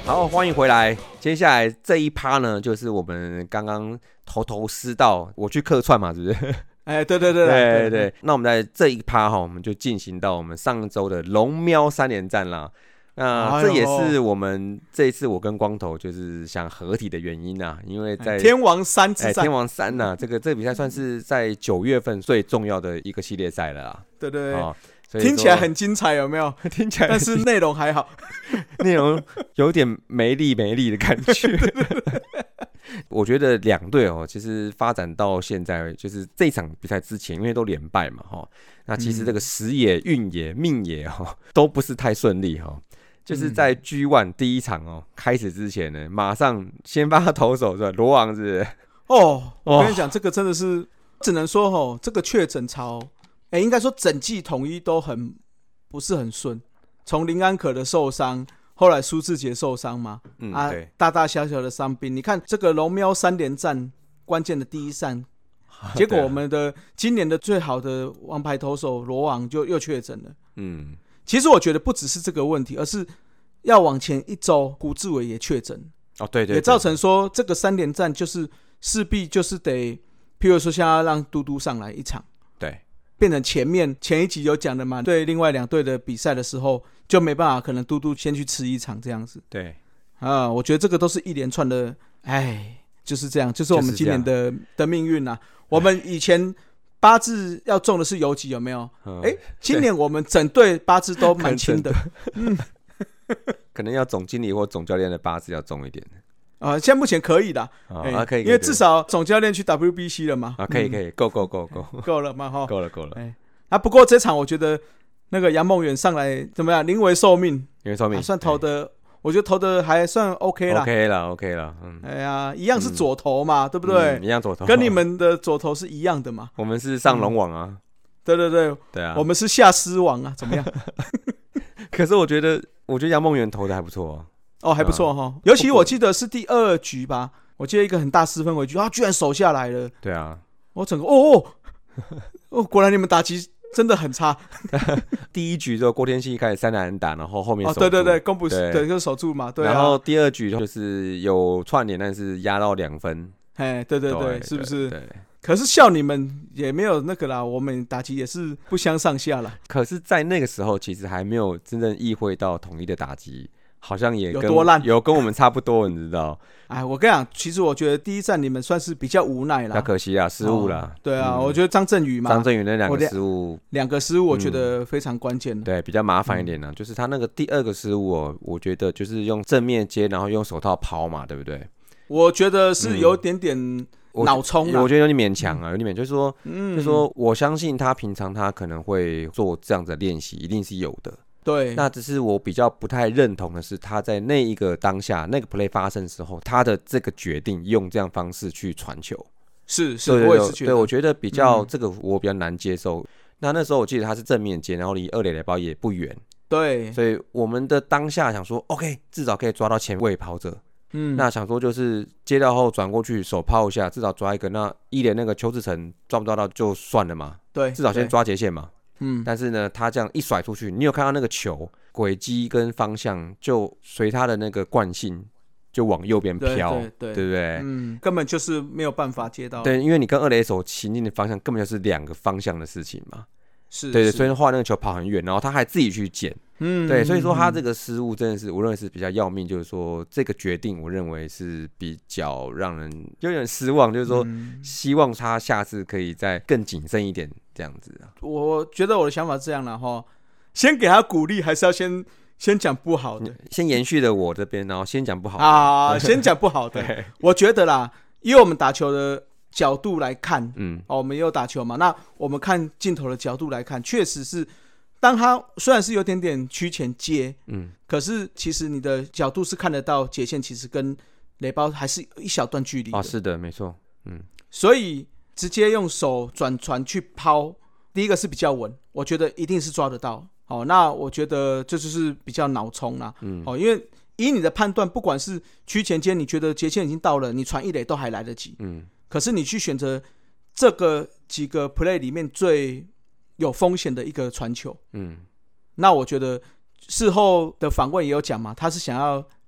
好，欢迎回来。接下来这一趴呢，就是我们刚刚头师道，我去客串嘛，是不是？ 哎，对。 那我们在这一趴我们就进行到我们上周的龙喵3连战啦。那这也是我们这一次我跟光头就是想合体的原因啊，因为在天王山之战， 天王山呐，这个比赛算是在9月份最重要的一个系列赛了啦。 对。听起来很精彩，有没有？ 听起来， 但是内容还好， 内容有点没力的感觉。我觉得两队其实发展到现在，就是这场比赛之前，因为都连败嘛那其实这个时也、运也、命也都不是太顺利就是在 G1 第一场开始之前呢，马上先发投手是吧？罗昂是不是？ 我跟你讲，这个真的是只能说这个确诊潮。应该说整季统一都不是很顺，从林安可的受伤，后来苏智杰受伤嘛，大大小小的伤病。你看这个龙喵3连战关键的第一战，结果我们的今年的最好的王牌投手罗昂就又确诊了。其实我觉得不只是这个问题，而是要往前一周，古志伟也确诊。 对， 也造成说这个3连战就是势必就是得，譬如说像要让嘟嘟上来一场， 对。 变成前一集有讲的嘛，对另外2队的比赛的时候就没办法，可能嘟嘟先去吃一场这样子。 对我觉得这个都是一连串的，就是这样，就是我们今年的命运啊。我们以前八字要中的是游击，有没有？今年我们整队八字都蛮轻的， 可能要总经理或总教练的八字要重一点。 现在目前可以的， 可以， 因为至少总教练去 WBC 了嘛。 可以，够够了嘛， 够了。 不过这场我觉得那个杨梦远上来怎么样？临危受命，算投的，我觉得投的还算 OK 啦。 OK 啦， 一样是左投嘛，对不对？ 一样左投， 跟你们的左投是一样的嘛。 我们是上龙网啊。 对啊，我们是下狮王啊，怎么样？ 可是我觉得杨梦远投的还不错还不错尤其我记得是第2局吧，我记得一个很大4分回局，他居然守下来了。 对啊， 我整个果然你们打击真的很差。 第1局之后，郭天信开始3安打，然后后面守住对，公布对，就是守住嘛，对啊。 然后第2局就是有串联，但是压到2分。 对，是不是？ 对。 可是笑你们也没有那个啦，我们打击也是不相上下啦。 可是，在那个时候，其实还没有真正意会到统一的打击。好像也有多烂， 有跟我们差不多，你知道？ 我跟你讲，其实我觉得第一站你们算是比较无奈啦， 那可惜啊，失误啦。 对啊，我觉得张振宇那 2个失误 ，2个失误，我觉得非常关键对，比较麻烦一点呢。就是他那个第2个失误我觉得就是用正面接，然后用手套抛嘛，对不对？ 我觉得是有点点脑冲我觉得有点勉强有点就是说，就是说，我相信他平常他可能会做这样的练习，一定是有的。 对， 那只是我比较不太认同的是，他在那一个当下，那个 play 发生的时候，他的这个决定用这样方式去传球， 是，我也是觉得， 对，我觉得比较这个我比较难接受。那时候我记得他是正面接，然后离2垒垒包也不远， 对， 所以我们的当下想说 ，OK， 至少可以抓到前卫跑者，那想说就是接到后转过去手抛一下，至少抓一个，那一垒那个邱志成抓不抓到就算了嘛， 对， 至少先抓截线嘛。但是呢，他这样一甩出去，你有看到那个球轨迹跟方向，就随他的那个惯性就往右边飘，对不对？ 根本就是没有办法接到。 对，因为你跟2垒手行进的方向根本就是2个方向的事情嘛。 是， 对，所以后来那个球跑很远，然后他还自己去捡。对，所以说他这个失误真的是我认为是比较要命，就是说这个决定我认为是比较让人有点失望，就是说希望他下次可以再更谨慎一点这样子。 我觉得我的想法是这样啦先给他鼓励，还是要先讲不好的， 先延续的我这边，然后先讲不好的先讲不好的。我觉得啦，因为我们打球的角度来看，我们也有打球嘛，那我们看镜头的角度来看，确实是当他虽然是有点点趋前接，可是其实你的角度是看得到截线其实跟垒包还是一小段距离的。 是的，没错。 所以直接用手转传去抛，第一个是比较稳，我觉得一定是抓得到。那我觉得这就是比较脑冲啦。因为以你的判断，不管是趋前接，你觉得截线已经到了，你传一垒都还来得及。可是你去选择这个几个 play 里面最有风险的一个传球，那我觉得事后的访问也有讲嘛，他是想要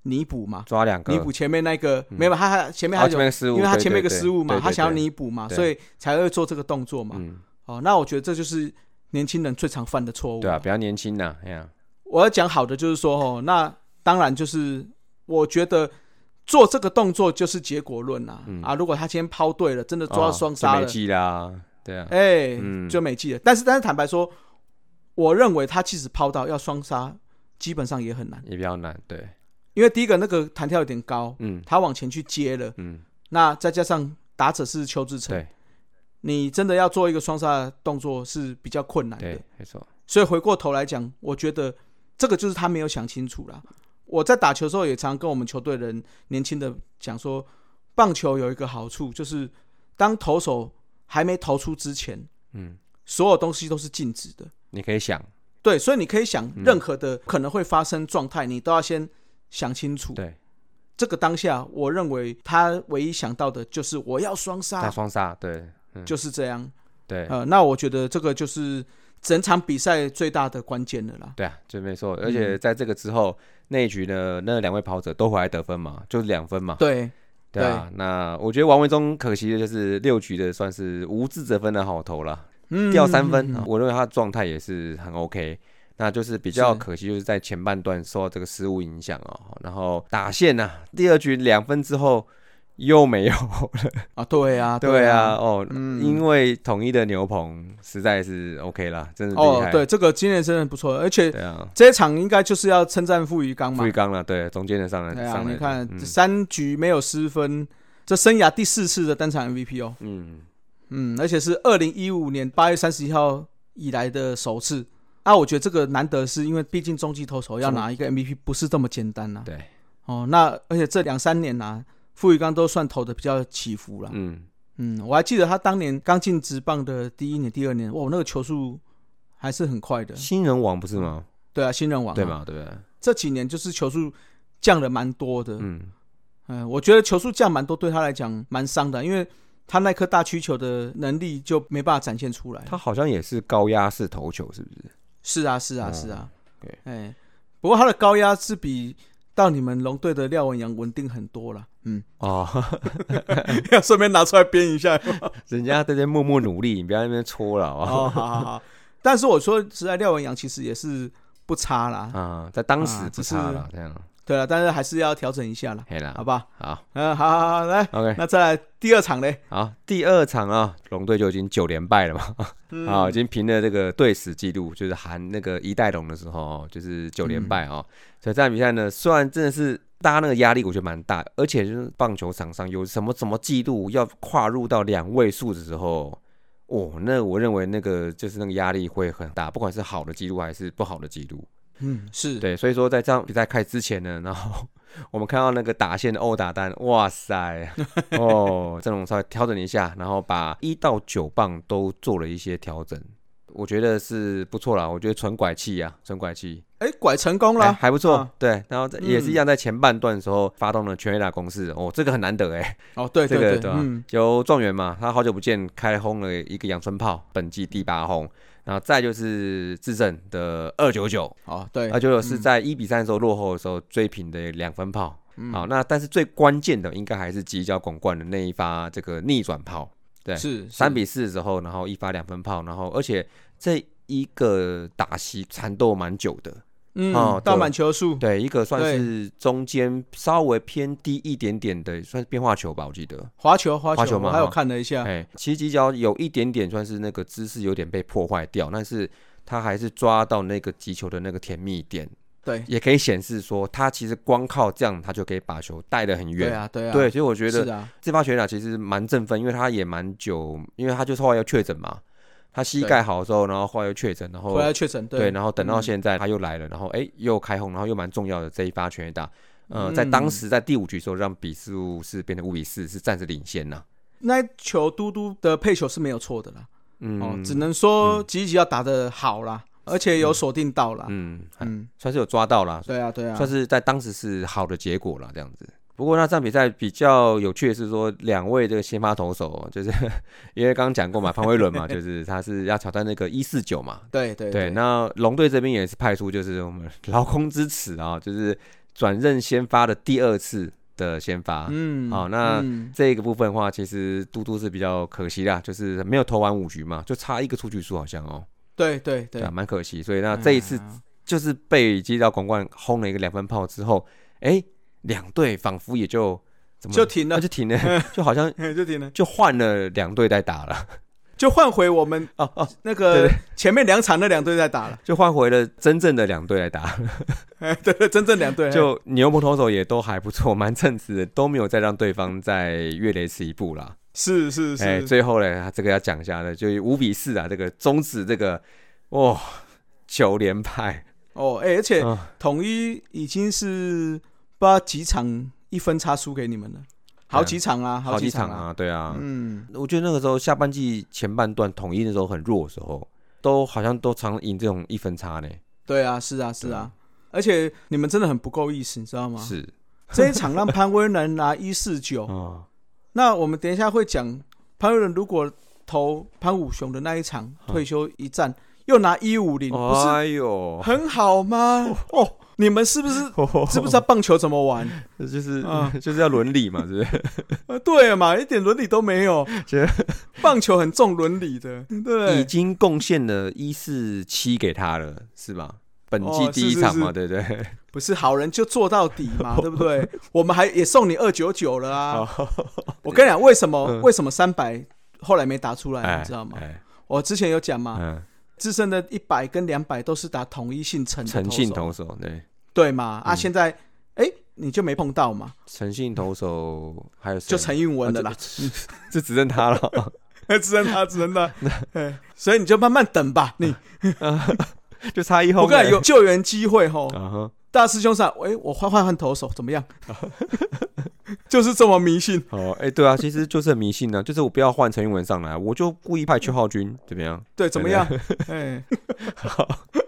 弥补嘛， 抓2个弥补前面那个、没有，他前面还有失误， 因为他前面有个失误嘛， 对， 他想要弥补嘛，所以才会做这个动作嘛。那我觉得这就是年轻人最常犯的错误。 对啊，比较年轻呐。 我要讲好的就是说，那当然就是我觉得做这个动作就是结果论啦。如果他今天抛对了，真的抓到双杀了， 就没记啦。对啊， 就没记了。但是坦白说，我认为他即使抛到要双杀，基本上也很难， 也比较难。对， 因为第一个那个弹跳有点高，他往前去接了，那再加上打者是邱志成， 对， 你真的要做一个双杀的动作是比较困难的。 对，没错。 所以回过头来讲，我觉得这个就是他没有想清楚啦。我在打球的时候也常跟我们球队人年轻的讲说，棒球有一个好处就是当投手还没投出之前，所有东西都是静止的， 你可以想， 对，所以你可以想任何的可能会发生状态，你都要先想清楚。 对， 这个当下，我认为他唯一想到的就是我要双杀， 双杀，对， 就是这样。 对， 那我觉得这个就是整场比赛最大的关键了啦。 对啊，就没错。而且在这个之后，那一局呢，那2位跑者都回来得分嘛，就是2分嘛。 对。 对啊，那我觉得王维忠可惜的就是6局的算是无自责分的好投了，掉3分，我认为他的状态也是很 OK。那就是比较可惜，就是在前半段受到这个失误影响然后打线第2局2分之后又没有了对啊， 因为统一的牛棚实在是 OK 啦，真的厉害。 对，这个今年真的不错，而且这一场应该就是要称赞傅余刚嘛。 傅余刚了，对，中间的上来。 对啊，你看3局没有失分，这生涯第4次的单场 MVP 哦。而且是2015年8月31号以来的首次。我觉得这个难得是因为毕竟中继投手要拿一个 MVP 不是这么简单对。那而且这2-3年傅余刚都算投的比较起伏啦。我还记得他当年刚进职棒的第1年、第2年，那个球速还是很快的。 新人王不是吗？ 对啊，新人王对嘛，对不对？ 这几年就是球速降了蛮多的。我觉得球速降蛮多对他来讲蛮伤的，因为他那颗大曲球的能力就没办法展现出来。 他好像也是高压式投球，是不是？ 是啊。不过他的高压是比到你们龙队的廖文洋稳定很多啦。要顺便拿出来编一下。 人家在这默默努力，你不要在那边戳了好。但是我说实在，廖文洋其实也是不差啦。 在当时不差啦，这样。 对了，但是还是要调整一下啦，好吧？ 好， 好，来 ，OK， 那再来第2场嘞。 好，第2场龙队就已经9连败了嘛，已经平了这个队史纪录，就是含那个一代龙的时候就是9连败所以这场比赛呢，虽然真的是大家那个压力我觉得蛮大，而且就是棒球场上有什么记录要跨入到2位数的时候，那我认为那个就是那个压力会很大，不管是好的记录还是不好的记录。 是对，所以说在这场比赛开始之前呢，然后我们看到那个打线的殴打单，哇塞，阵容稍微调整一下，然后把1到9棒都做了一些调整，我觉得是不错啦。我觉得纯拐气， 拐成功了， 还不错。对，然后也是一样，在前半段的时候发动了全垒打攻势，这个很难得对， 这个对吧？有状元嘛，他好久不见开轰了一个阳春炮，本季第8轰。然后再就是智胜的299， 对 ，299是在1-3的时候落后的时候追平的2分炮。好，那但是最关键的应该还是犄角拱冠的那一发这个逆转炮，对， 是 3-4的时候，然后一发2分炮，然后而且这一个打席缠斗蛮久的。 到满球数， 对，一个算是中间稍微偏低一点点的，算是变化球吧，我记得滑球嘛， 我还有看了一下。 其实犄角有一点点算是那个姿势有点被破坏掉，但是他还是抓到那个击球的那个甜蜜点。 对， 也可以显示说，他其实光靠这样，他就可以把球带得很远。 对， 所以我觉得这发全垒打其实蛮振奋，因为他也蛮久，因为他就是后来要确诊嘛。他膝盖好之后，然后后来又确诊，然后回来确诊， 对，然后等到现在他又来了，然后又开轰，然后又蛮重要的这一发全垒打，在当时在第5局的时候，让比数是变成5-4，是暂时领先啦。 那球嘟嘟的配球是没有错的啦，只能说吉吉要打得好啦，而且有锁定到啦， 算是有抓到啦， 对啊， 算是在当时是好的结果啦，这样子。不过那场比赛比较有趣的是说，2位这个先发投手，就是因为刚刚讲过嘛，潘威伦嘛，就是他是要挑战那个149嘛， 对。 那龙队这边也是派出就是我们劳工之耻啊，就是转任先发的第2次的先发。好，那这个部分的话，其实嘟嘟是比较可惜啦，就是没有投完5局嘛，就差1个出局数好像哦。 对， 蛮可惜。所以那这一次就是被接到广冠轰了一个2分炮之后，两队仿佛也就停了， 就停了，就好像就停了， 就换了2队在打了。 就换回我们那个前面2场那2队在打了， 就换回了真正的2队来打了。 对，真正2队。 就牛棚投手也都还不错，蛮称职的，都没有再让对方再越雷池一步啦。 是。 最后呢，这个要讲一下的，就5-4啊，这个终止这个9连败。 而且统一已经是不知道几场1分差输给你们了。好几场啊， 对啊，我觉得那个时候下半季前半段统一那时候很弱的时候，都好像都常赢这种1分差呢。 对啊，是啊，而且你们真的很不够意思，你知道吗？ 是这一场让潘威伦拿149，那我们等一下会讲潘威伦如果投潘武雄的那一场退休一战又拿150，不是很好吗？你们是不是知不知道棒球怎么玩？ 就是要伦理嘛，是不是？ 对嘛，一点伦理都没有。棒球很重伦理的，对， 已经贡献了147给他了，是吧？本季第1场嘛，对不对？ 不是好人就做到底嘛，对不对？我们也送你299了啊！我跟你讲，为什么300后来没打出来，你知道吗？我之前有讲嘛。自身的100跟200都是打统一姓陈投手， 对嘛？现在你就没碰到嘛？ 陈姓投手还有谁？ 就陈韵文了啦， 就只剩他了， 只剩他，所以你就慢慢等吧，你就差1轰， 我跟你有救援机会吼。大师兄上，我换投手怎么样？就是这么迷信对啊，其实就是很迷信啊，就是我不要换陈韵文上来，我就故意派邱浩君，怎么样？ 对，怎么样？ 好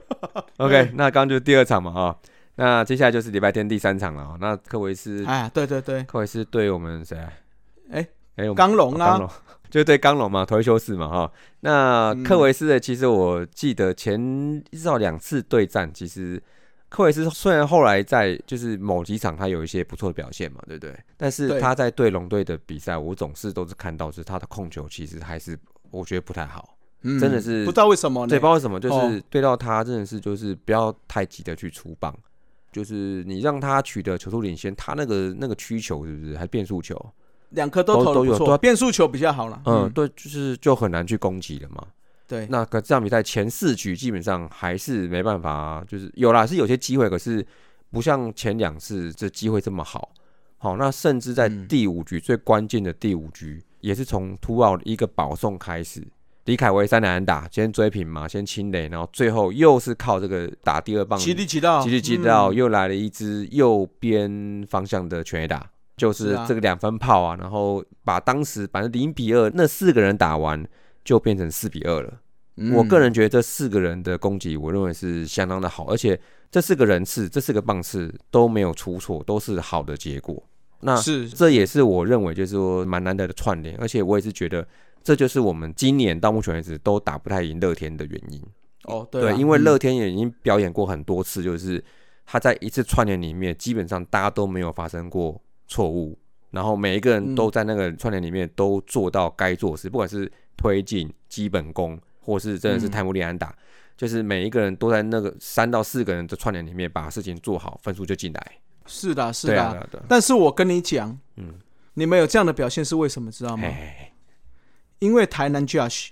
，OK， 那刚刚就是第2场嘛那接下来就是礼拜天第3场了那柯维斯， 对， 柯维斯对我们谁？ 刚龙啊， 就对刚龙嘛，投球室嘛那柯维斯的，其实我记得前至少2次对战，其实。柯维斯虽然后来在就是某几场他有一些不错的表现嘛，对不对？但是他在对龙队的比赛，我总是都是看到，就是他的控球其实还是我觉得不太好，真的是不知道为什么呢？ 对，不知道为什么，就是对到他真的是就是不要太急的去出棒，就是你让他取得球速领先，他那个曲球是不是还变速球 ，2颗都投得不错，变速球比较好了。 对，就很难去攻击了嘛。 对， 那这场比赛前4局基本上还是没办法，就是有啦，是有些机会，可是不像前2次这机会这么好。那甚至在第5局最关键的第5局，也是从突out一个保送开始，李凯威3垒安打，先追平嘛，先清垒，然后最后又是靠这个打第2棒， 极力击到， 又来了一支右边方向的全垒打，就是这个2分炮啊，然后把当时0-2那4个人打完。就变成4-2了。我个人觉得这4个人的攻击，我认为是相当的好，而且这4个人次、这4个棒次都没有出错，都是好的结果。那这也是我认为就是说蛮难得的串联，而且我也是觉得这就是我们今年到目前为止都打不太赢乐天的原因。对，因为乐天也已经表演过很多次，就是他在一次串联里面，基本上大家都没有发生过错误，然后每一个人都在那个串联里面都做到该做的事，不管是推进、基本功，或是真的是泰姆利安打，就是每一个人都在那个3到4个人的串联里面把事情做好，分数就进来。 是的，是的。但是我跟你讲，你们有这样的表现是为什么？知道吗？因为台南 Josh，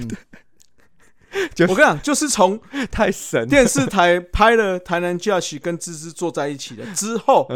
我跟你讲，就是从太神电视台拍了台南 Josh 跟芝芝坐在一起的之后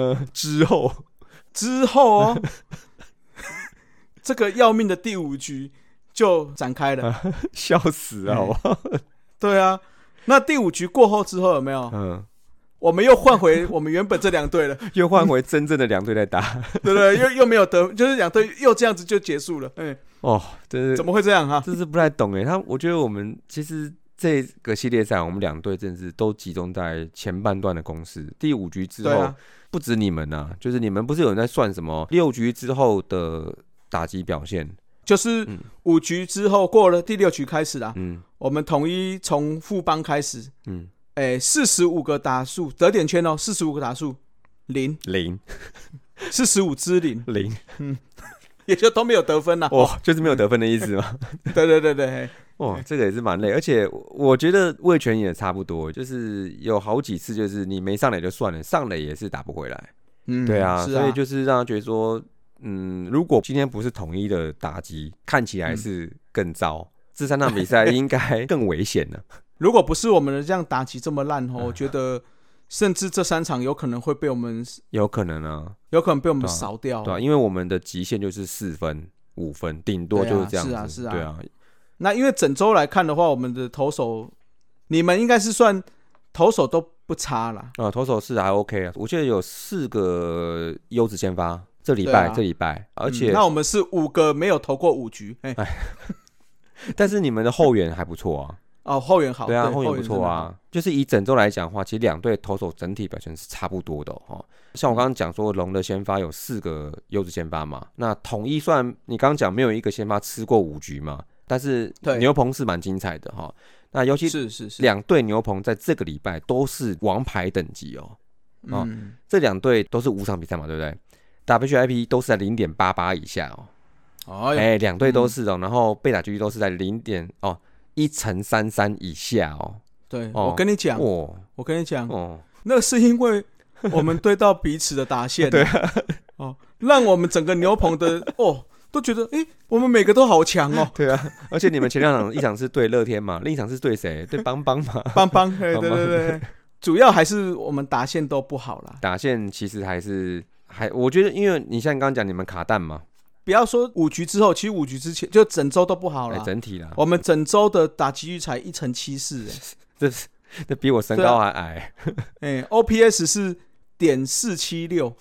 哦，这个要命的第5局就展开了， 笑死啊！好不好？ 对啊，那第5局过后之后有没有？我们又换回我们原本这2队了， 又换回真正的2队在打， 对不对？又没有得，就是2队又这样子就结束了。 真是怎么会这样哈？ 真是不太懂哎。我觉得我们其实这个系列赛，我们2队真是都集中在前半段的攻势。第5局之后，不止你们啊，就是你们不是有人在算什么6局之后的打击表现？ 就是5局之后过了第6局开始啦。我们统一从富邦开始，45个打数得点圈哦，45个打数 0 是 45支0，也就都没有得分啦。 就是没有得分的意思吗？ 对。 这个也是蛮累，而且我觉得味全也差不多，就是有好几次就是你没上垒就算了，上垒也是打不回来。对啊，所以就是让他觉得说，如果今天不是统一的打击，看起来是更糟，这3场比赛应该更危险了。 如果不是我们的这样打击这么烂我觉得甚至这3场有可能会被我们， 有可能啊， 有可能被我们扫掉。 对啊，因为我们的极限就是4分、5分，顶多就是这样子。对啊。 那因为整周来看的话，我们的投手，你们应该是算投手都不差啦。 投手是还 OK 啊，我记得有4个优质先发，这礼拜，而且那我们是5个没有投过5局， 但是你们的后援还不错啊。 后援好， 对啊，后援不错啊。就是以整周来讲的话，其实2队投手整体表现是差不多的像我刚刚讲说，龙的先发有4个优质先发嘛，那统一算你刚刚讲没有一个先发吃过5局嘛。但是牛棚是蛮精彩的那尤其是2队牛棚在这个礼拜都是王牌等级这2队都是5场比赛嘛，对不对 ？WHIP 都是在 0.88 以下2队都是然后被打击率都是在1乘33以下对，我跟你讲，那是因为我们对到彼此的打线对让我们整个牛棚的都觉得我们每个都好强对啊，而且你们前2场，一场是对乐天嘛，另一场是对谁？对邦邦嘛。 邦，对，主要还是我们打线都不好啦。 打线其实我觉得，因为你像刚刚讲你们卡蛋嘛， 不要说5局之后，其实5局之前就整周都不好啦。 整体啦， 我们整周的打击率才1乘74 这比我身高还矮。 OPS 是.476。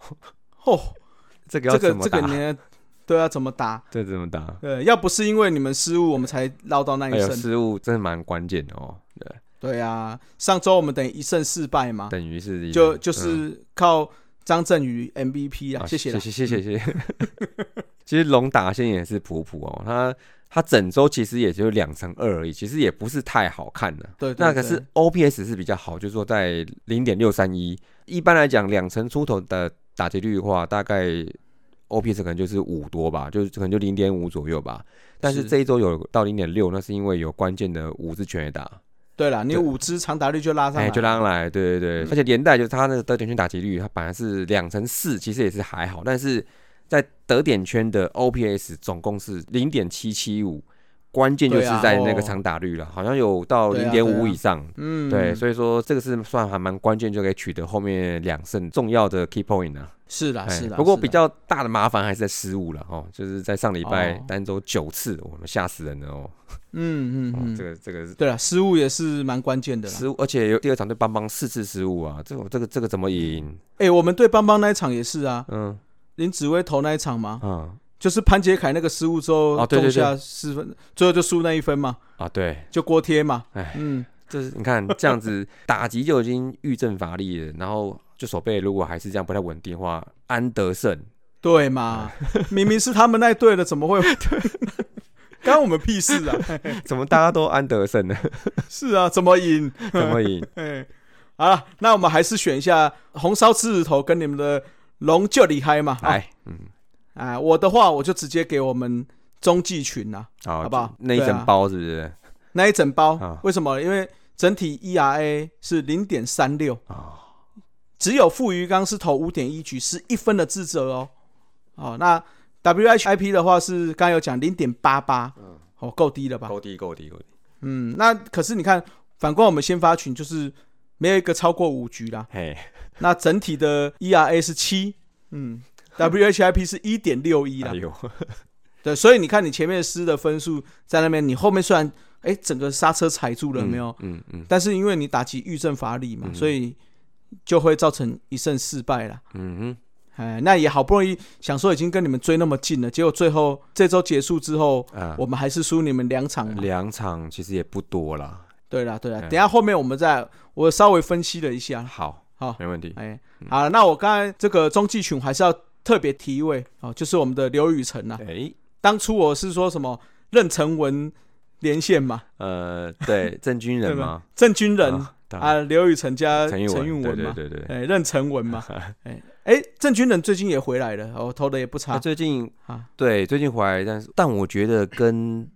这个怎么打？对啊，怎么打？ 这怎么打？ 对，要不是因为你们失误，我们才捞到那一胜。 失误真的蛮关键的对啊，上周我们等于1胜4败嘛， 等于是就是靠张振宇 MVP 谢谢。 其实龙打线也是普他整周其实也就2乘2而已，其实也不是太好看的。 对， 那可是 OPS 是比较好，就是说在 0.631， 一般来讲2成出头的打击率的话，大概 OPS 可能就是5多吧，就可能就 0.5 左右吧。但是这一周有到 0.6， 那是因为有关键的5支全垒打。 对啦，你5支长打率就拉上来， 就拉上来，对。而且连带就是他那个得点圈打击率，他本来是2乘4，其实也是还好，但是在得点圈的 OPS 总共是 0.775， 关键就是在那个长打率了，好像有到 0.5 以上。对，所以说这个是算还蛮关键，就可以取得后面2胜重要的 key point 是啦。 不过比较大的麻烦还是在失误了就是在上礼拜单周9次，我们吓死人了这个对啦，失误也是蛮关键的啦。 失误，而且有第2场对邦邦4次失误啊，这个怎么赢？ 我们对邦邦那一场也是啊，林子崴投那一场嘛，就是潘杰凯那个失误之后，中下4分，最后就输那1分嘛， 对， 就锅贴嘛， 就是你看这样子打击就已经欲振乏力了，然后就手背如果还是这样不太稳定的话，安德胜对嘛，明明是他们那队的，怎么会？干我们屁事啊！ 怎么大家都安德胜呢？ 是啊，怎么赢？好了，那我们还是选一下红烧狮子头跟你们的龙就厉害嘛。我的话我就直接给我们中继群啦，好不好？ 那一整包是不是？ 那一整包，为什么？因为整体 ERA 是 0.36，只有傅余刚是投 5.1 局，是1分的自责那 WHIP 的话是刚刚有讲 0.88，够低了吧？ 够低。 那可是你看，反观我们先发群就是没有一个超过5局啦。那整体的 ERA 是7，WHIP 是 1.61 啦。对，所以你看你前面失的分数在那边，你后面虽然整个刹车踩住了，有没有？但是因为你打击欲振乏力嘛，所以就会造成1胜4败啦。那也好不容易想说已经跟你们追那么近了，结果最后这周结束之后，我们还是输你们2场嘛。 2场其实也不多啦。 对啦，等一下后面我稍微分析了一下。 好，没问题。 好，那我刚才这个中继群还是要特别提一位就是我们的刘宇辰啊。当初我是说什么任成文连线嘛？ 对，郑军人嘛， 郑军人刘宇辰加陈陈韵文嘛， 对， 任陈文嘛，郑军人最近也回来了，投的也不差。 最近最近回来，但我觉得跟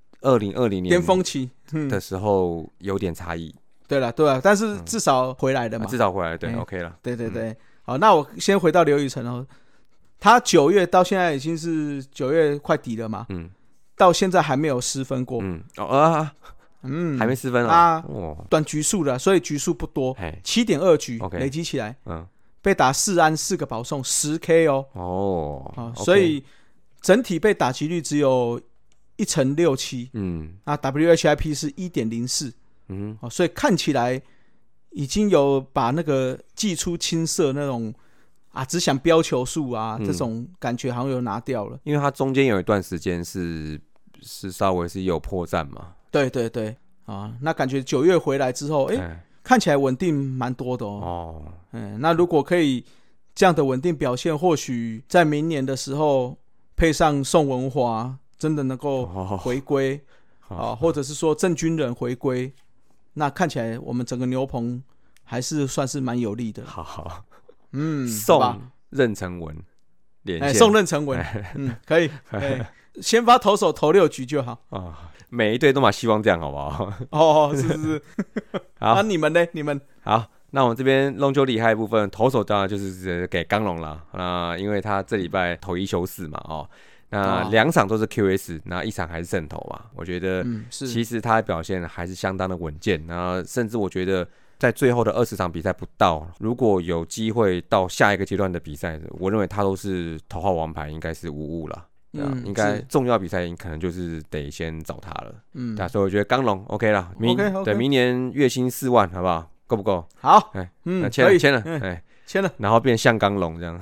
2020年巅峰期的时候有点差异。 对了，但是至少回来了嘛， 至少回来，对，OK 了。 对，好，那我先回到刘宇辰哦，他9月到现在已经是9月快底了嘛，到现在还没有失分过， 还没失分啊， 短局数的，所以局数不多，7.2局累积起来，被打4安4个保送10K 哦，所以整体被打击率只有1成67，WHIP 是1.04，所以看起来已经有把那个祭出青涩那种只想标球数这种感觉好像有拿掉了， 因为他中间有一段时间是稍微是有破绽嘛。 对那感觉9月回来之后，看起来稳定蛮多的哦。那如果可以这样的稳定表现，或许在明年的时候配上宋文华，真的能够回归或者是说郑军人回归，那看起来我们整个牛棚还是算是蛮有利的。 好， 宋任成文连线， 宋任成文，可以，先发投手投6局就好每一队都蛮希望这样，好不好？ 是。 好， 你们呢？你们好，那我们这边龙球厉害的部分，投手当然就是给刚龙了。因为他这礼拜投1休4嘛，那2场都是 QS， 那1场还是胜投嘛。我觉得其实他的表现还是相当的稳健，然后甚至我觉得在最后的20场比赛不到，如果有机会到下一个阶段的比赛，我认为他都是头号王牌，应该是无误了。应该重要比赛可能就是得先找他了。所以我觉得刚龙 OK 了，对，明年月薪4万，好不好？够不够？ 好， 签了， 签了， 然后变象刚龙这样，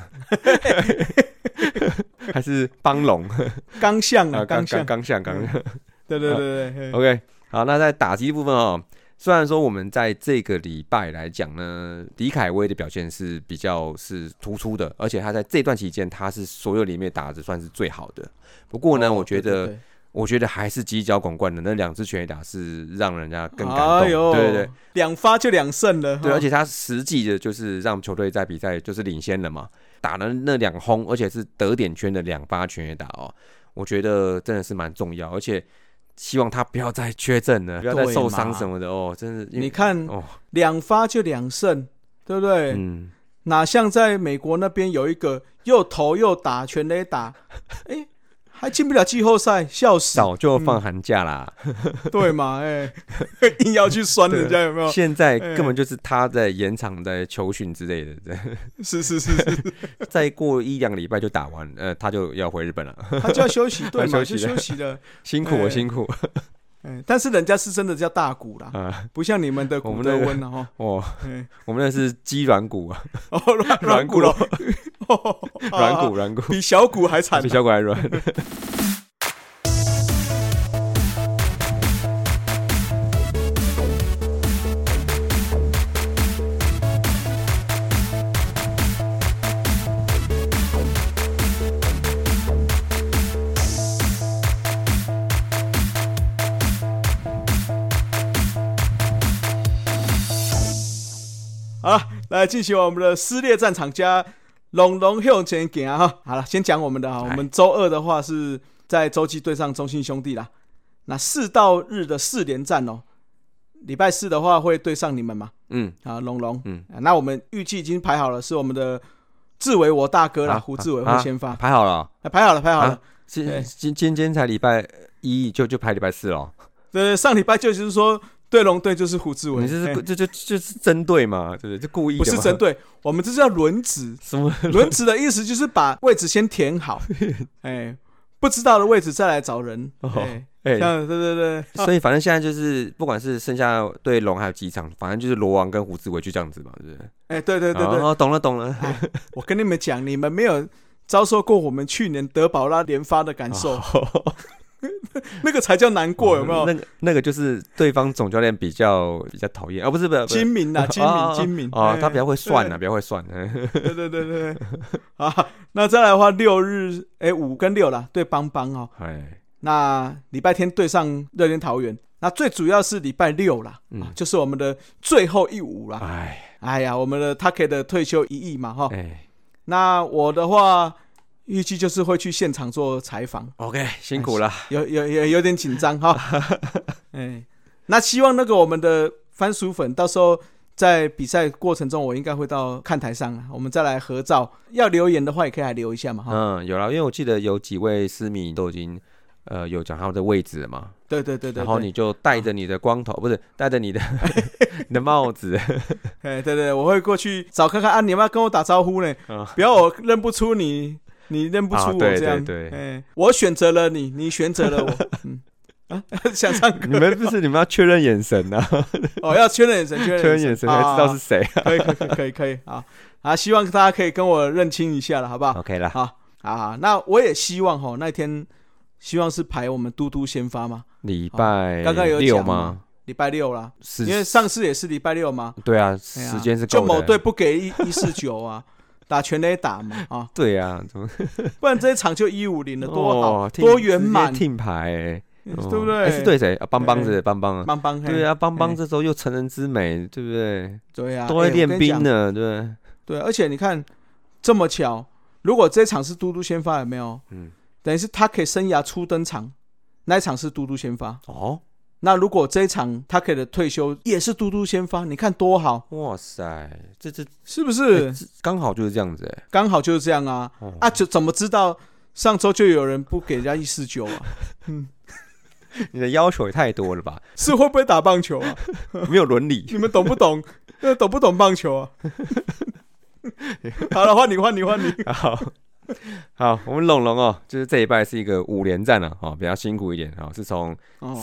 还是帮龙？ 刚象刚象。 对。 OK， 好，那在打击部分虽然说我们在这个礼拜来讲呢，李凯威的表现是比较是突出的，而且他在这段期间他是所有里面打的算是最好的。不过呢，我觉得还是犄角广冠的那2支全垒打是让人家更感动。对 ，2发就2胜了。 对，而且他实际的就是让球队在比赛就是领先了嘛，打了那2轰，而且是得点圈的2发全垒打我觉得真的是蛮重要，而且希望他不要再缺阵了，不要再受伤什么的真的。你看2发就2胜，对不对？哪像在美国那边有一个又投又打全垒打，还进不了季后赛，笑死！ 早就放寒假啦， 对嘛？硬要去酸人家有没有？ 现在根本就是他在延长在球训之类的， 是， 再过1-2个礼拜就打完，他就要回日本了， 他就要休息，对嘛？就休息了， 辛苦。 但是人家是真的叫大骨啦，不像你们的骨德温我们那是鸡软骨软骨软骨比小骨还惨， 比小骨还软。 好，来进行我们的撕裂战场加龙向前行好了，先讲我们的我们周2的话是在洲际对上中信兄弟啦。那4到日的4连战礼拜4的话会对上你们嘛？龙。那我们预计已经排好了，是我们的志伟我大哥啦，胡志伟会先发。 排好了， 排好了。 今天才礼拜1就排礼拜4了。 对，上礼拜就是说。对龙队就是胡志伟， 你就是针对嘛，对不对？就故意的嘛， 不是针对，我们这叫轮值。 什么轮值的意思就是把位置先填好，不知道的位置再来找人。对。 所以反正现在就是不管是剩下对龙还有几场，反正就是罗王跟胡志伟就这样子嘛，对不对？对， 懂了。 我跟你们讲，你们没有遭受过我们去年德保拉连发的感受。那个才叫难过，有没有？ 那个就是对方总教练比较讨厌不是精明他比较会算比较会算。 对。那再来的话，6日5跟6啦，对邦邦那礼拜天对上乐天桃园，那那最主要是礼拜六啦，就是我们的最后一舞啦。哎呀，我们的 Take 的退休1亿嘛哈。那我的话，预计就是会去现场做采访。 OK， 辛苦了， 有点紧张哈。那希望那个我们的番薯粉到时候在比赛过程中，我应该会到看台上我们再来合照。要留言的话，也可以来留一下嘛哈。 有啦，因为我记得有几位私迷都已经有讲他们的位置了嘛。 对，然后你就戴着你的光头，不是戴着你的你的帽子。 对，我会过去找看看啊，你要不要跟我打招呼呢？不要我认不出你。你认不出我这样， 对， 我选择了你，你选择了我。想唱歌？ 你们要确认眼神啊！ 要确认眼神， 确认眼神才知道是谁。 可以，好，希望大家可以跟我认清一下了，好不好 ？OK 了， 好，那我也希望那天希望是排我们嘟嘟先发嘛， 礼拜刚刚有 6吗？ 礼拜6啦，因为上次也是礼拜6嘛。 对啊，时间是够的。 就某队不给149啊。打全垒打嘛， 对啊， 不然这一场就150了，多好，多圆满， 听牌， 对不对？ 是对谁？邦邦是邦邦，对啊，邦邦这时候又成人之美，对不对？ 对啊， 都在练兵呢，对。 对，而且你看这么巧，如果这一场是嘟嘟先发，有没有？等于是他可以生涯初登场，那一场是嘟嘟先发哦。那如果这一场他可以的退休也是嘟嘟先发，你看多好！ 哇塞，这是不是刚好就是这样子？刚好就是这样啊！就怎么知道上周就有人不给人家149啊？ 你的要求也太多了吧？ 是会不会打棒球啊？ 没有伦理， 你们懂不懂？懂不懂棒球啊？好了，换你。 好，我们龙龙就是这一拜是一个5连战了比较辛苦一点是从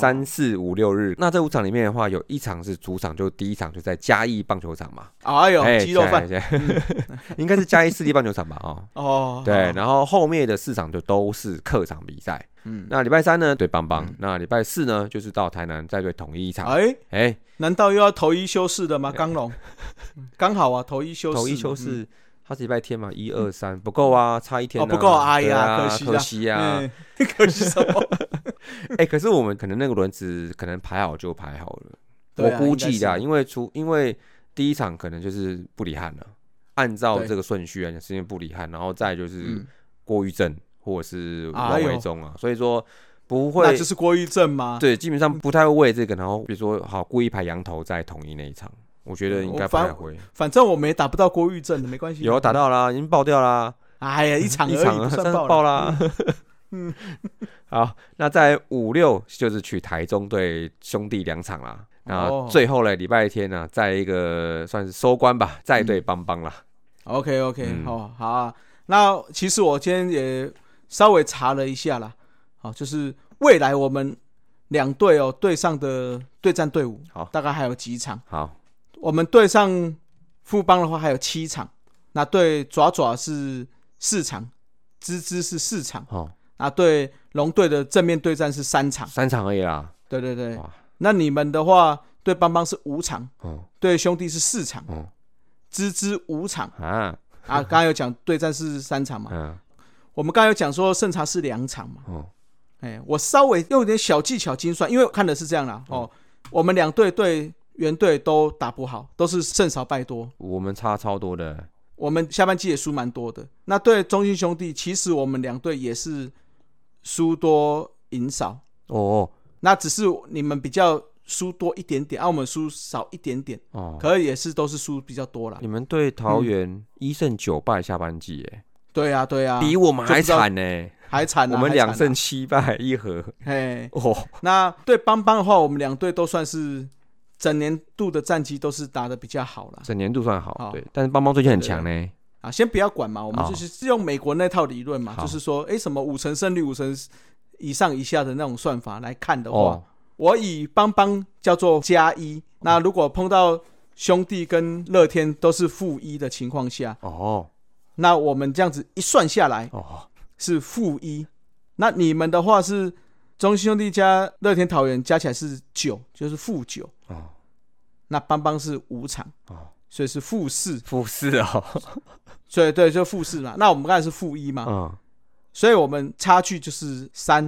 3、4、5、6日。那这5场里面的话，有1场是主场，就第一场就在嘉义棒球场嘛。 哎呦，鸡肉饭， 应该是嘉义市立棒球场吧？对，然后后面的4场就都是客场比赛。那礼拜3呢对邦邦，那礼拜4呢就是到台南再对统一一场。 难道又要投一休4的吗？刚龙刚好啊，投一休4。 它是礼拜天嘛，1、2、3不够啊，差1天不够，哎呀， 可惜啊， 可惜什么？ 可是我们可能那个轮子可能排好就排好了，我估计的，因为第一场可能就是布里汉了，按照这个顺序是因为布里汉，然后再就是郭玉正或者是王维忠啊，所以说不会， 那就是郭玉正吗？ 对，基本上不太会为这个，然后比如说好故意排羊头在统一那一场。我觉得应该不太会， 反正我没打不到郭玉正的，没关系。 有打到啦，已经爆掉啦。 哎呀，一场而已，不算爆啦。好，那在5、6就是去台中对兄弟2场啦。然后最后呢，礼拜天呢，在一个算是收官吧，再对邦邦啦。 OK， 好啊。那其实我今天也稍微查了一下啦，就是未来我们2队对上的对战队伍，大概还有几场。 好。 我们对上富邦的话还有7场，那对爪爪是4场，芝芝是4场，那对龙队的正面对战是3场 ，3场而已啦。 对，那你们的话对邦邦是5场，对兄弟是4场，芝芝5场刚刚有讲对战是3场嘛，我们刚刚有讲说胜差是2场嘛，我稍微用一点小技巧精算，因为我看的是这样啦，我们2队对原队都打不好，都是胜少败多， 我们差超多的。 我们下半季也输蛮多的。那对中信兄弟，其实我们2队也是输多赢少那只是你们比较输多一点点，我们输少一点点可是也是都是输比较多啦。 你们对桃园1胜9败下半季耶？ 对啊， 比我们还惨呢， 还惨我们2胜7败1和。 那对邦邦的话，我们2队都算是整年度的战绩都是打得比较好啦， 整年度算好，对。但是邦邦最近很强呢。 先不要管嘛，我们就是用美国那套理论嘛，就是说，什么5成胜率、5成以上以下的那种算法来看的话，我以邦邦叫做+1，那如果碰到兄弟跟乐天都是-1的情况下，那我们这样子一算下来，是-1。那你们的话是中信兄弟加乐天桃园加起来是9，就是-9。那邦邦是5场，所以是-4。 -4 所以对，就-4嘛。那我们刚才是-1嘛，所以我们差距就是3。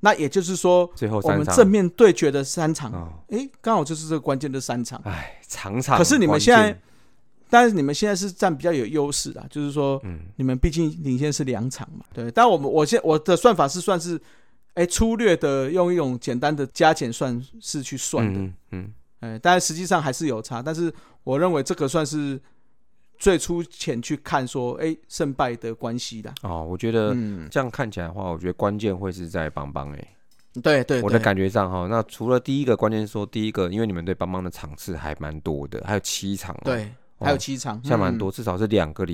那也就是说， 最后我们正面对决的3场，刚好就是这个关键的3场。 场场。 可是你们现在，但是你们现在是占比较有优势啦，就是说，你们毕竟领先是2场嘛，对。但我的算法是算是，粗略的用一种简单的加减算式去算的，但实际上还是有差。但是我认为这个算是最粗浅去看说，胜败的关系啦。 我觉得这样看起来的话，我觉得关键会是在邦邦对， 我的感觉上那除了第一个关键说，第一个因为你们对邦邦的场次还蛮多的，还有7场对。还有7场， 像蛮多，至少是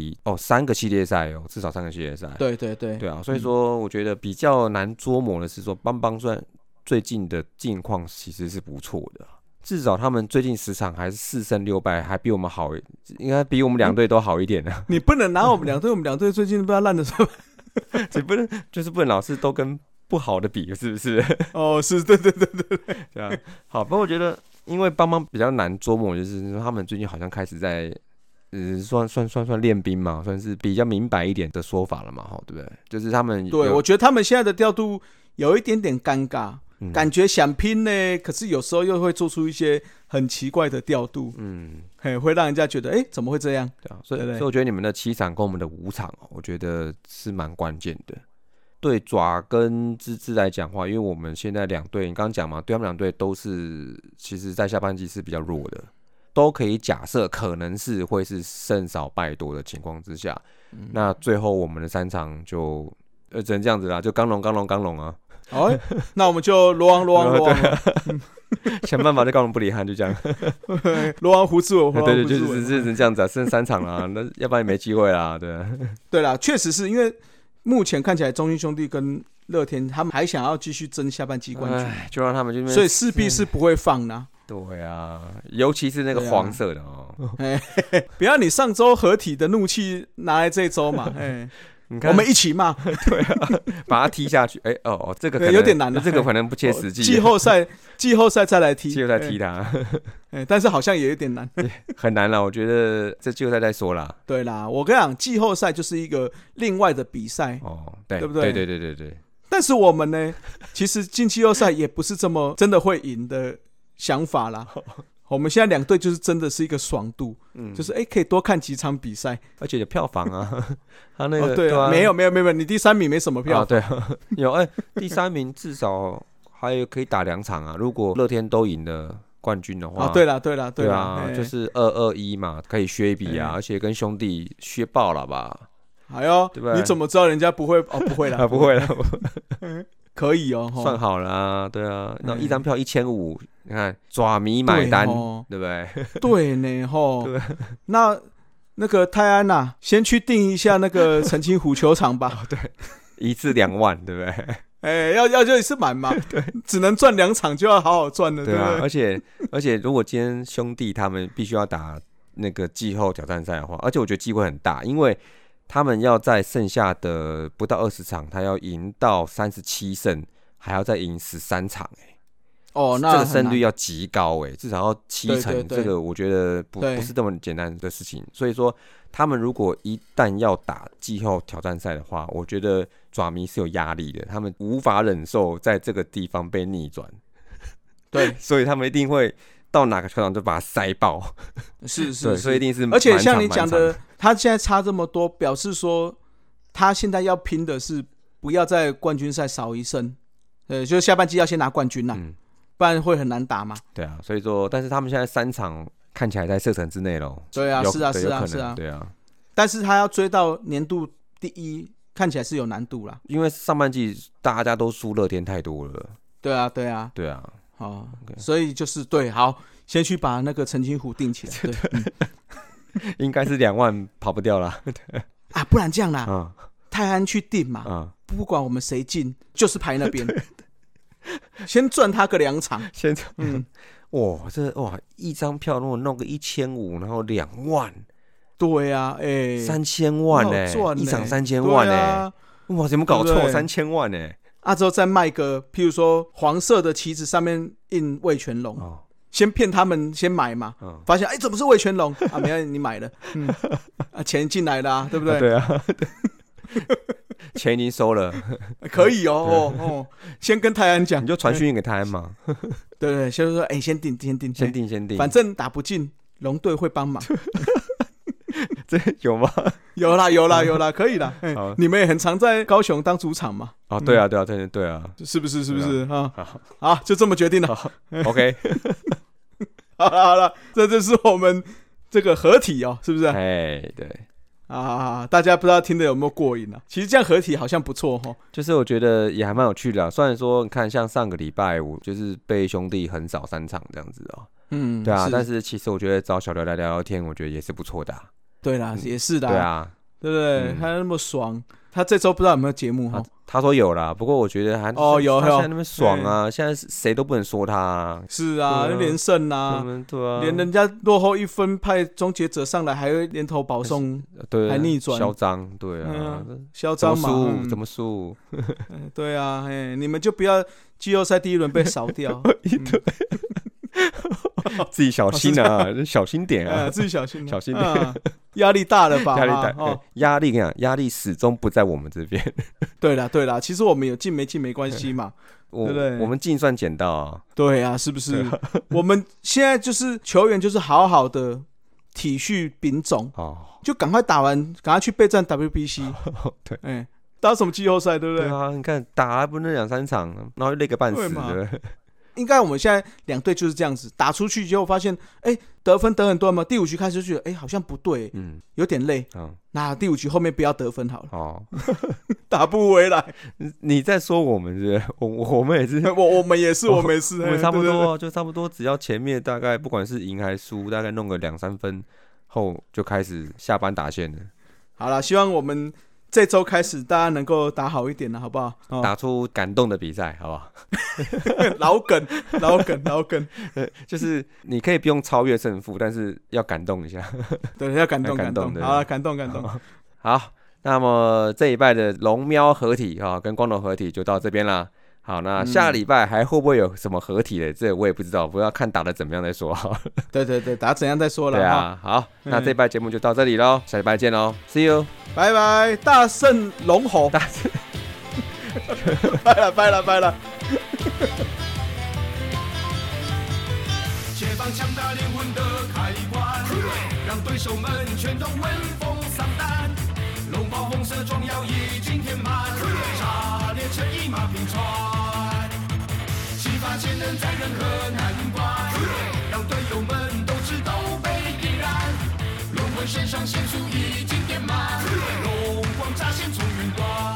3个系列赛至少3个系列赛。 对啊，所以说我觉得比较难捉摸的是说，邦邦虽然最近的近况其实是不错的，至少他们最近10场还是4胜6败，还比我们好，应该比我们2队都好一点的。 你不能拿我们2队，我们2队最近不知道烂的什么， 就是不能老是都跟不好的比，是不是？ 是，对， 对啊。好，不过我觉得。因为邦邦比较难捉摸，就是说他们最近好像开始在，算练兵嘛，算是比较明白一点的说法了嘛，对不对？就是他们对，我觉得他们现在的调度有一点点尴尬，感觉想拼呢，可是有时候又会做出一些很奇怪的调度，会让人家觉得，怎么会这样？ 对啊，所以我觉得你们的7场跟我们的5场，我觉得是蛮关键的。对爪跟芝芝来讲话，因为我们现在2队，你刚刚讲嘛，对他们2队都是，其实在下半季是比较弱的，都可以假设可能是会是胜少败多的情况之下，那最后我们的3场就只能这样子啦，就刚龙啊。 那我们就罗王想办法就刚龙不离汉，就这样。 罗王胡志伟， 对，就是这样子啊，剩3场啦，那要不然也没机会啦，对啊。 对啦，确实是因为。目前看起来，中信兄弟跟乐天他们还想要继续争下半季冠军， 就让他们所以势必是不会放的。 对啊，尤其是那个黄色的不要你上周合体的怒气拿来这周嘛，你看我们一起骂， 对啊，把他踢下去，这个可能有点难， 这个可能不切实际。 季后赛再来踢， 季后赛踢他， 但是好像也有点难， 很难啦。我觉得这季后赛再说啦。 对啦，我跟你讲，季后赛就是一个另外的比赛，对不对？ 对。 但是我们呢，其实进季后赛也不是这么真的会赢的想法啦。我们现在2队就是真的是一个爽度，就是可以多看几场比赛， 而且有票房啊。他那个对啊，没有，你第3名没什么票房， 对啊，有第3名至少还有可以打2场啊。如果乐天都赢了冠军的话， 对啦， 就是2-2-1嘛，可以削一笔啊，而且跟兄弟削爆了吧？ 你怎么知道人家不会？不会啦， 不会啦。 可以算好了啊，对啊，那1张票1500，你看爪迷买单，对不对？ 对呢，那个泰安呐，先去订一下那个澄清湖球场吧。 对，一次2万，对不对？ 要就一次满嘛，对，只能赚2场就要好好赚了， 对啊。 而且如果今天兄弟他们必须要打那个季后挑战赛的话，而且我觉得机会很大，因为他们要在剩下的不到20场，他要赢到37胜，还要再赢13场，那这个胜率要极高，至少要7成，这个我觉得不是这么简单的事情。所以说，他们如果一旦要打季后挑战赛的话，我觉得爪迷是有压力的，他们无法忍受在这个地方被逆转。 对， 所以他们一定会到哪个球场就把它塞爆。 是， 所以一定是。 而且像你讲的，他现在差这么多，表示说他现在要拼的是不要在冠军赛少1胜，就是下半季要先拿冠军啦，不然会很难打嘛。 对啊，所以说，但是他们现在3场看起来在射程之内咯。 对啊，是啊， 对啊。 但是他要追到年度第1，看起来是有难度啦。 因为上半季大家都输乐天太多了。 对啊。所以就是好，先去把那个澄清湖定起来。对， 应该是2万跑不掉啦。 不然这样啦，泰安去定嘛，不管我们谁进，就是排那边，先赚他个2场。 一张票如果弄个1500，然后2万， 对啊 ，3000万一场3000万哇，怎么搞错？3000万之后再卖个，譬如说黄色的旗子上面印味全龙，先骗他们先买嘛，发现怎么是味全龙没关系，你买了，钱进来了对不对？ 对啊。 钱已经收了， 可以哦，先跟泰安讲， 你就传讯给泰安嘛。 对，先说先订， 先订， 反正打不进，龙队会帮忙。 这有吗？ 有啦，可以啦。你们也很常在高雄当主场嘛？ 哦，对啊，对啊， 是不是啊？好，就这么决定了。 OK， 好了，这就是我们这个合体哦，是不是？ 哎，对啊，大家不知道听得有没有过瘾啊？其实这样合体好像不错哦。 就是我觉得也还蛮有趣的虽然说你看，像上个礼拜五就是被兄弟横扫3场这样子哦。对啊，但是其实我觉得找小刘来聊聊天，我觉得也是不错的对啦，也是的。 对啊， 对不对？他那么爽，他这周不知道有没有节目哈？ 他说有啦，不过我觉得还有他现在那么爽啊，现在谁都不能说他啊。 是啊，连胜啊， 对啊， 连人家落后1分派终结者上来，还会连投保送， 对， 还逆转， 嚣张，对啊， 嚣张嘛， 怎么输？ 对啊，你们就不要季后赛第1轮被扫掉。 自己小心啊，小心点啊， 自己小心点， 压力大了吧？ 压力大，压力跟你讲，压力始终不在我们这边。对啦，其实我们有进没进没关系嘛，对不对？ 我们进算捡到啊。 对啊，是不是？我们现在就是球员，就是好好的体恤丙种就赶快打完，赶快去备战 WBC。 对， 打什么季后赛，对不对？ 对啊，你看打还不那2-3场，然后又累个半死，对不对？ 应该我们现在2队就是这样子打出去之后，发现得分得很多嘛。第5局开始就觉得好像不对，有点累。那第5局后面不要得分好了，打不回来。 你在说我们是不是？我们也是， 我们也是，我们差不多，就差不多，只要前面大概不管是赢还是输，大概弄个2-3分后就开始下班打线了。 好了，希望我们这周开始大家能够打好一点了，好不好？ 打出感动的比赛，好不好？ 老梗， 就是你可以不用超越胜负，但是要感动一下。 对，要感动。好了，感动。 好，那么这一拜的龙喵合体跟光头合体就到这边啦。好，那下礼拜还会不会有什么合体的？这我也不知道，不要看打的怎么样再说。 对，打怎样再说了。 对啊，好，那这一拜节目就到这里咯，下礼拜见咯 ，See you， 拜拜，大胜龙吼，拜了。解放强大灵魂的开关，让对手们全都闻风丧胆。龙袍红色装药已经填满，炸裂成一马平川，激发潜能在任何难关，让队友们斗志都被点燃。龙魂肾上腺素已经点满，龙光乍现从云端。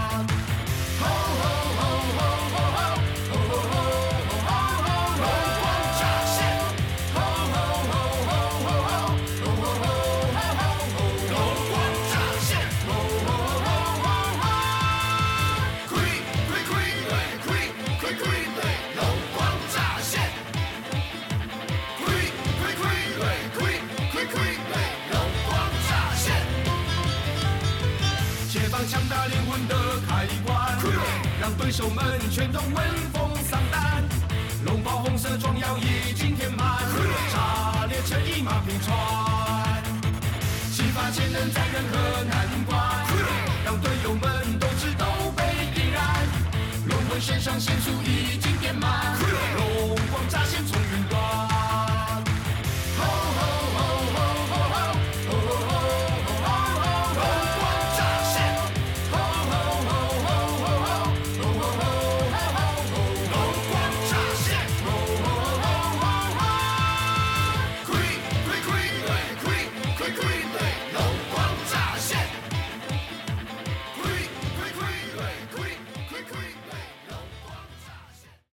强大灵魂的开关，让对手们全都闻风丧胆。龙袍红色装药已经填满，炸裂成一马平川，激发潜能在任何难关，让队友们斗志都被点燃。龙魂肾上腺素已经